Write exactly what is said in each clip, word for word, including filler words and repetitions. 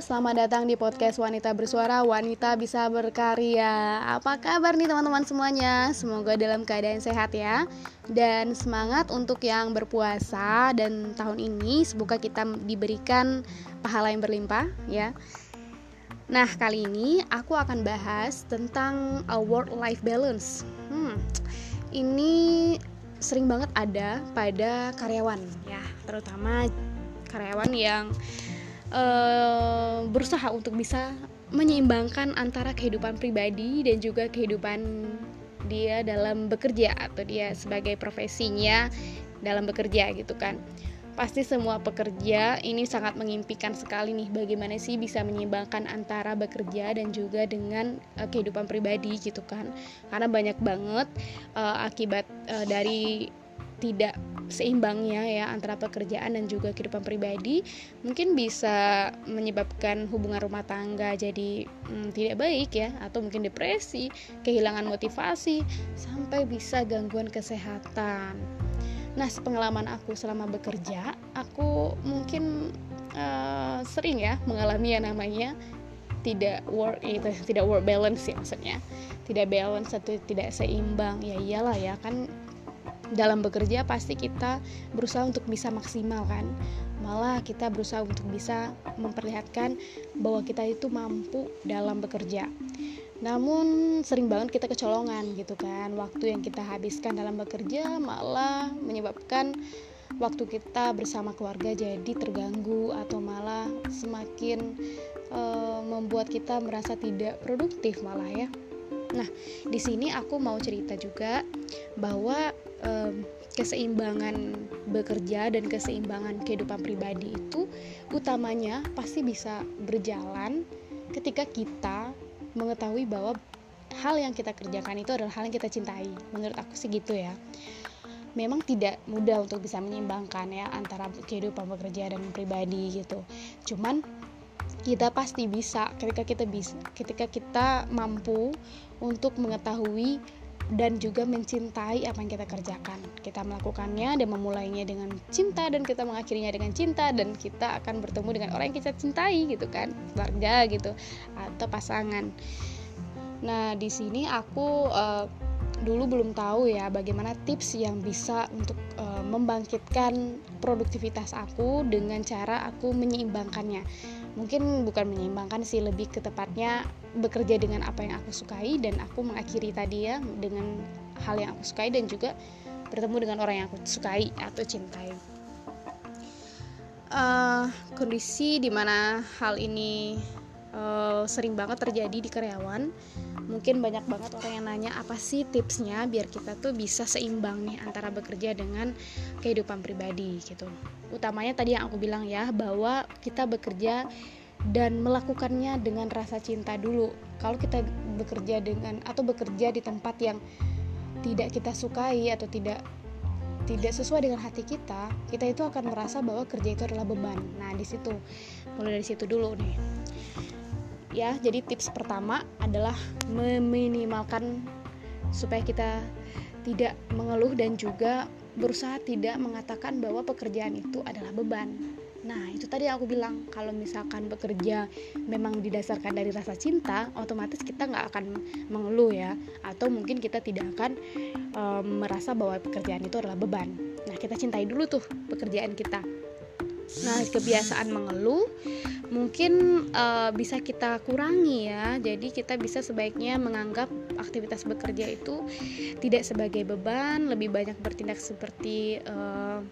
selamat datang di podcast Wanita Bersuara, Wanita Bisa Berkarya. Apa kabar nih teman-teman semuanya? Semoga dalam keadaan sehat ya. Dan semangat untuk yang berpuasa. Dan tahun ini semoga kita diberikan pahala yang berlimpah ya. Nah, kali ini aku akan bahas tentang a work-life balance. Hmm, ini sering banget ada pada karyawan ya, terutama karyawan yang Uh, berusaha untuk bisa menyeimbangkan antara kehidupan pribadi dan juga kehidupan dia dalam bekerja atau dia sebagai profesinya dalam bekerja gitu kan. Pasti semua pekerja ini sangat mengimpikan sekali nih bagaimana sih bisa menyeimbangkan antara bekerja dan juga dengan uh, kehidupan pribadi gitu kan. Karena banyak banget uh, akibat uh, dari tidak seimbangnya ya antara pekerjaan dan juga kehidupan pribadi, mungkin bisa menyebabkan hubungan rumah tangga jadi hmm, tidak baik ya, atau mungkin depresi, kehilangan motivasi, sampai bisa gangguan kesehatan. Nah, sepengalaman aku selama bekerja, aku mungkin uh, sering ya mengalami yang namanya tidak work itu tidak work balance ya, maksudnya tidak balance atau tidak seimbang. Ya iyalah ya kan, dalam bekerja pasti kita berusaha untuk bisa maksimal kan, malah kita berusaha untuk bisa memperlihatkan bahwa kita itu mampu dalam bekerja. Namun sering banget kita kecolongan gitu kan, waktu yang kita habiskan dalam bekerja malah menyebabkan waktu kita bersama keluarga jadi terganggu, atau malah semakin e, membuat kita merasa tidak produktif malah ya. Nah, di sini aku mau cerita juga bahwa um, keseimbangan bekerja dan keseimbangan kehidupan pribadi itu utamanya pasti bisa berjalan ketika kita mengetahui bahwa hal yang kita kerjakan itu adalah hal yang kita cintai. Menurut aku sih gitu ya. Memang tidak mudah untuk bisa menyeimbangkan ya antara kehidupan bekerja dan pribadi gitu. Cuman kita pasti bisa ketika kita bisa ketika kita mampu untuk mengetahui dan juga mencintai apa yang kita kerjakan. Kita melakukannya dan memulainya dengan cinta, dan kita mengakhirinya dengan cinta, dan kita akan bertemu dengan orang yang kita cintai gitu kan, keluarga gitu atau pasangan. Nah, di sini aku uh, dulu belum tahu ya bagaimana tips yang bisa untuk uh, membangkitkan produktivitas aku dengan cara aku menyeimbangkannya. Mungkin bukan menyeimbangkan sih, lebih ke tepatnya bekerja dengan apa yang aku sukai dan aku mengakhiri tadi ya dengan hal yang aku sukai, dan juga bertemu dengan orang yang aku sukai atau cintai. Uh, kondisi dimana hal ini uh, sering banget terjadi di karyawan. Mungkin banyak banget orang yang nanya apa sih tipsnya biar kita tuh bisa seimbang nih antara bekerja dengan kehidupan pribadi gitu. Utamanya tadi yang aku bilang ya, bahwa kita bekerja dan melakukannya dengan rasa cinta dulu. Kalau kita bekerja dengan atau bekerja di tempat yang tidak kita sukai atau tidak tidak sesuai dengan hati kita, kita itu akan merasa bahwa kerja itu adalah beban. Nah, di situ mulai dari situ dulu nih. Ya, jadi tips pertama adalah meminimalkan supaya kita tidak mengeluh dan juga berusaha tidak mengatakan bahwa pekerjaan itu adalah beban. Nah, itu tadi aku bilang, kalau misalkan bekerja memang didasarkan dari rasa cinta, otomatis kita nggak akan mengeluh ya, atau mungkin kita tidak akan um, merasa bahwa pekerjaan itu adalah beban. Nah, kita cintai dulu tuh pekerjaan kita. Nah, kebiasaan mengeluh mungkin uh, bisa kita kurangi ya. Jadi kita bisa sebaiknya menganggap aktivitas bekerja itu tidak sebagai beban, lebih banyak bertindak seperti uh,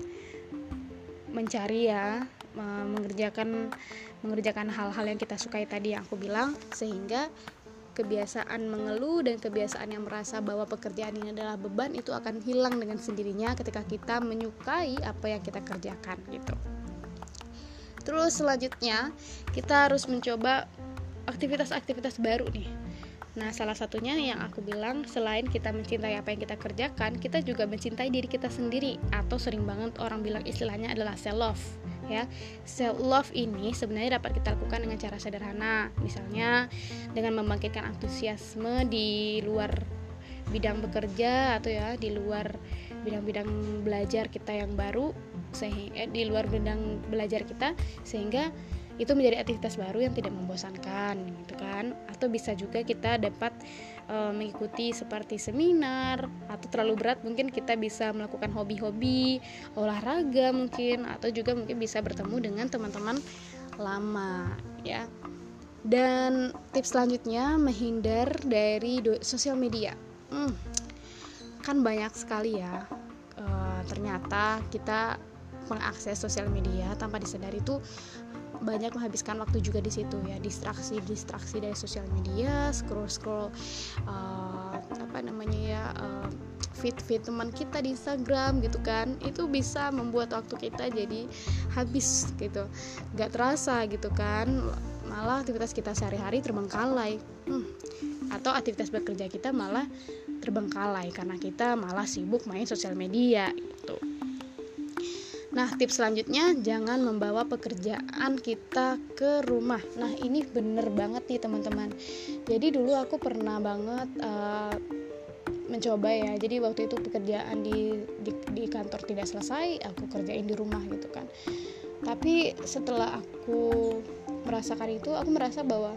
mencari ya, uh, mengerjakan mengerjakan hal-hal yang kita sukai tadi yang aku bilang, sehingga kebiasaan mengeluh dan kebiasaan yang merasa bahwa pekerjaan ini adalah beban itu akan hilang dengan sendirinya ketika kita menyukai apa yang kita kerjakan gitu. Terus selanjutnya kita harus mencoba aktivitas-aktivitas baru nih. Nah, salah satunya yang aku bilang, selain kita mencintai apa yang kita kerjakan, kita juga mencintai diri kita sendiri, atau sering banget orang bilang istilahnya adalah self love ya. Self love ini sebenarnya dapat kita lakukan dengan cara sederhana, misalnya dengan membangkitkan antusiasme di luar bidang bekerja atau ya di luar bidang-bidang belajar kita yang baru, sehingga di luar bidang belajar kita, sehingga itu menjadi aktivitas baru yang tidak membosankan gitu kan. Atau bisa juga kita dapat e, mengikuti seperti seminar, atau terlalu berat mungkin kita bisa melakukan hobi-hobi olahraga mungkin, atau juga mungkin bisa bertemu dengan teman-teman lama ya. Dan tips selanjutnya, menghindar dari do- sosial media. hmm, kan banyak sekali ya e, ternyata kita mengakses sosial media tanpa disadari itu banyak menghabiskan waktu juga di situ ya, distraksi-distraksi dari sosial media, scroll-scroll uh, apa namanya ya uh, feed-feed teman kita di Instagram gitu kan, itu bisa membuat waktu kita jadi habis gitu, nggak terasa gitu kan, malah aktivitas kita sehari-hari terbengkalai, hmm, atau aktivitas bekerja kita malah terbengkalai karena kita malah sibuk main sosial media gitu. Nah, tips selanjutnya, jangan membawa pekerjaan kita ke rumah. Nah, ini bener banget nih teman-teman. Jadi dulu aku pernah banget uh, mencoba ya. Jadi waktu itu pekerjaan di, di di kantor tidak selesai, aku kerjain di rumah gitu kan. Tapi setelah aku merasakan itu, aku merasa bahwa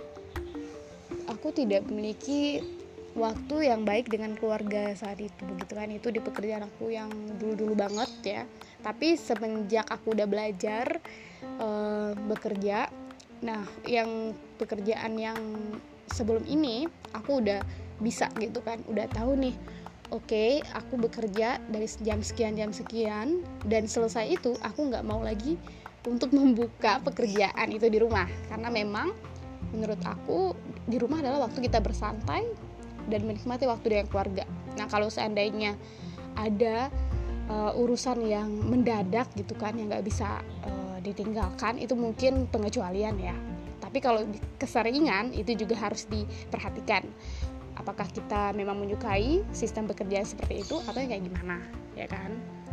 aku tidak memiliki waktu yang baik dengan keluarga saat itu begitu kan. Itu di pekerjaan aku yang dulu-dulu banget ya. Tapi semenjak aku udah belajar e, bekerja, nah yang pekerjaan yang sebelum ini aku udah bisa gitu kan, udah tahu nih, oke okay, aku bekerja dari jam sekian jam sekian dan selesai itu aku nggak mau lagi untuk membuka pekerjaan itu di rumah, karena memang menurut aku di rumah adalah waktu kita bersantai dan menikmati waktu dengan keluarga. Nah, kalau seandainya ada uh, urusan yang mendadak gitu kan, yang nggak bisa uh, ditinggalkan, itu mungkin pengecualian ya. Tapi kalau keseringan itu juga harus diperhatikan. Apakah kita memang menyukai sistem bekerja seperti itu atau kayak gimana, ya kan?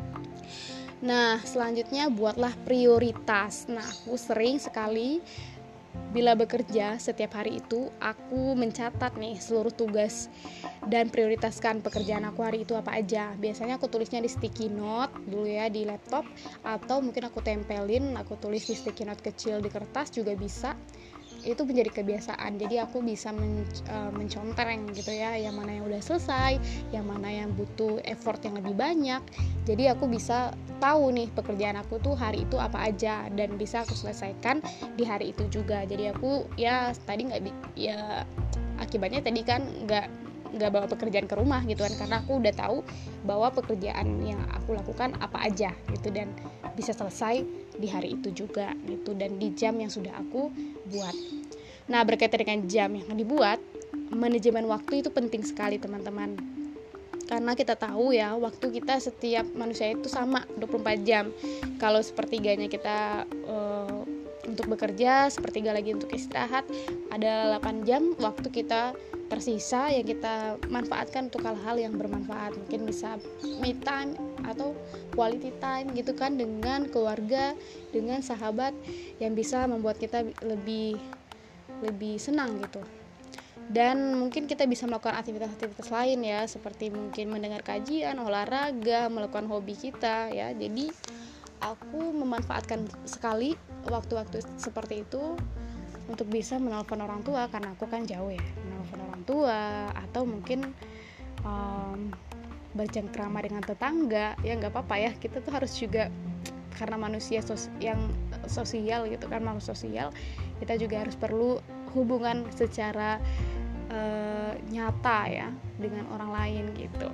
Nah, selanjutnya buatlah prioritas. Nah, aku sering sekali bila bekerja setiap hari itu aku mencatat nih seluruh tugas dan prioritaskan pekerjaan aku hari itu apa aja. Biasanya aku tulisnya di sticky note dulu ya di laptop, atau mungkin aku tempelin, aku tulis di sticky note kecil di kertas juga bisa. Itu menjadi kebiasaan, jadi aku bisa men, uh, mencontreng gitu ya, yang mana yang udah selesai, yang mana yang butuh effort yang lebih banyak. Jadi aku bisa tahu nih pekerjaan aku tuh hari itu apa aja dan bisa aku selesaikan di hari itu juga. Jadi aku ya tadi nggak ya akibatnya tadi kan nggak nggak bawa pekerjaan ke rumah gitu kan, karena aku udah tahu bahwa pekerjaan yang aku lakukan apa aja gitu dan bisa selesai di hari itu juga gitu dan di jam yang sudah aku buat. Nah, berkaitan dengan jam yang dibuat, manajemen waktu itu penting sekali teman-teman, karena kita tahu ya waktu kita setiap manusia itu sama dua puluh empat jam. Kalau sepertiganya kita uh, untuk bekerja, sepertiga lagi untuk istirahat, ada delapan jam waktu kita tersisa yang kita manfaatkan untuk hal-hal yang bermanfaat. Mungkin bisa me time atau quality time gitu kan, dengan keluarga, dengan sahabat, yang bisa membuat kita lebih lebih senang gitu. Dan mungkin kita bisa melakukan aktivitas-aktivitas lain ya, seperti mungkin mendengar kajian, olahraga, melakukan hobi kita ya. Jadi aku memanfaatkan sekali waktu-waktu seperti itu untuk bisa menelpon orang tua, karena aku kan jauh ya, menelpon orang tua, atau mungkin um, bercengkrama dengan tetangga. Ya nggak apa-apa ya, kita tuh harus juga, karena manusia sos- yang sosial gitu kan, makhluk sosial, kita juga harus perlu hubungan secara uh, nyata ya dengan orang lain gitu.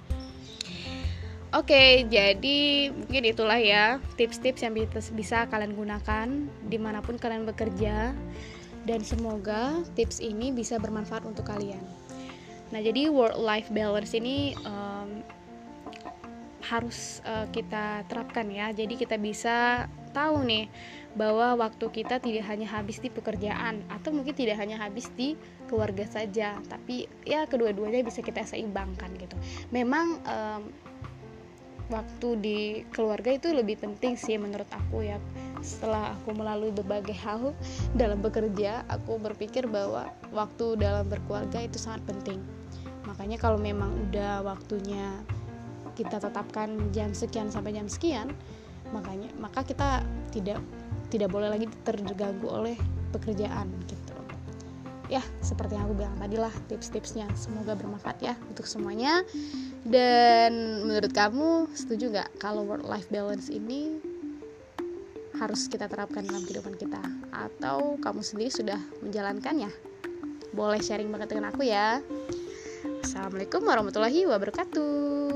Oke, jadi mungkin itulah ya tips-tips yang bisa kalian gunakan dimanapun kalian bekerja, dan semoga tips ini bisa bermanfaat untuk kalian. Nah, jadi work-life balance ini um, harus uh, kita terapkan ya. Jadi kita bisa tahu nih bahwa waktu kita tidak hanya habis di pekerjaan, atau mungkin tidak hanya habis di keluarga saja, tapi ya kedua-duanya bisa kita seimbangkan gitu. Memang um, waktu di keluarga itu lebih penting sih menurut aku ya. Setelah aku melalui berbagai hal dalam bekerja, aku berpikir bahwa waktu dalam berkeluarga itu sangat penting. Makanya kalau memang udah waktunya kita tetapkan jam sekian sampai jam sekian, makanya maka kita tidak tidak boleh lagi terganggu oleh pekerjaan gitu. Ya, seperti yang aku bilang tadi lah tips-tipsnya, semoga bermanfaat ya untuk semuanya. Dan menurut kamu setuju gak kalau work life balance ini harus kita terapkan dalam kehidupan kita, atau kamu sendiri sudah menjalankannya? Boleh sharing banget dengan aku ya. Assalamualaikum warahmatullahi wabarakatuh.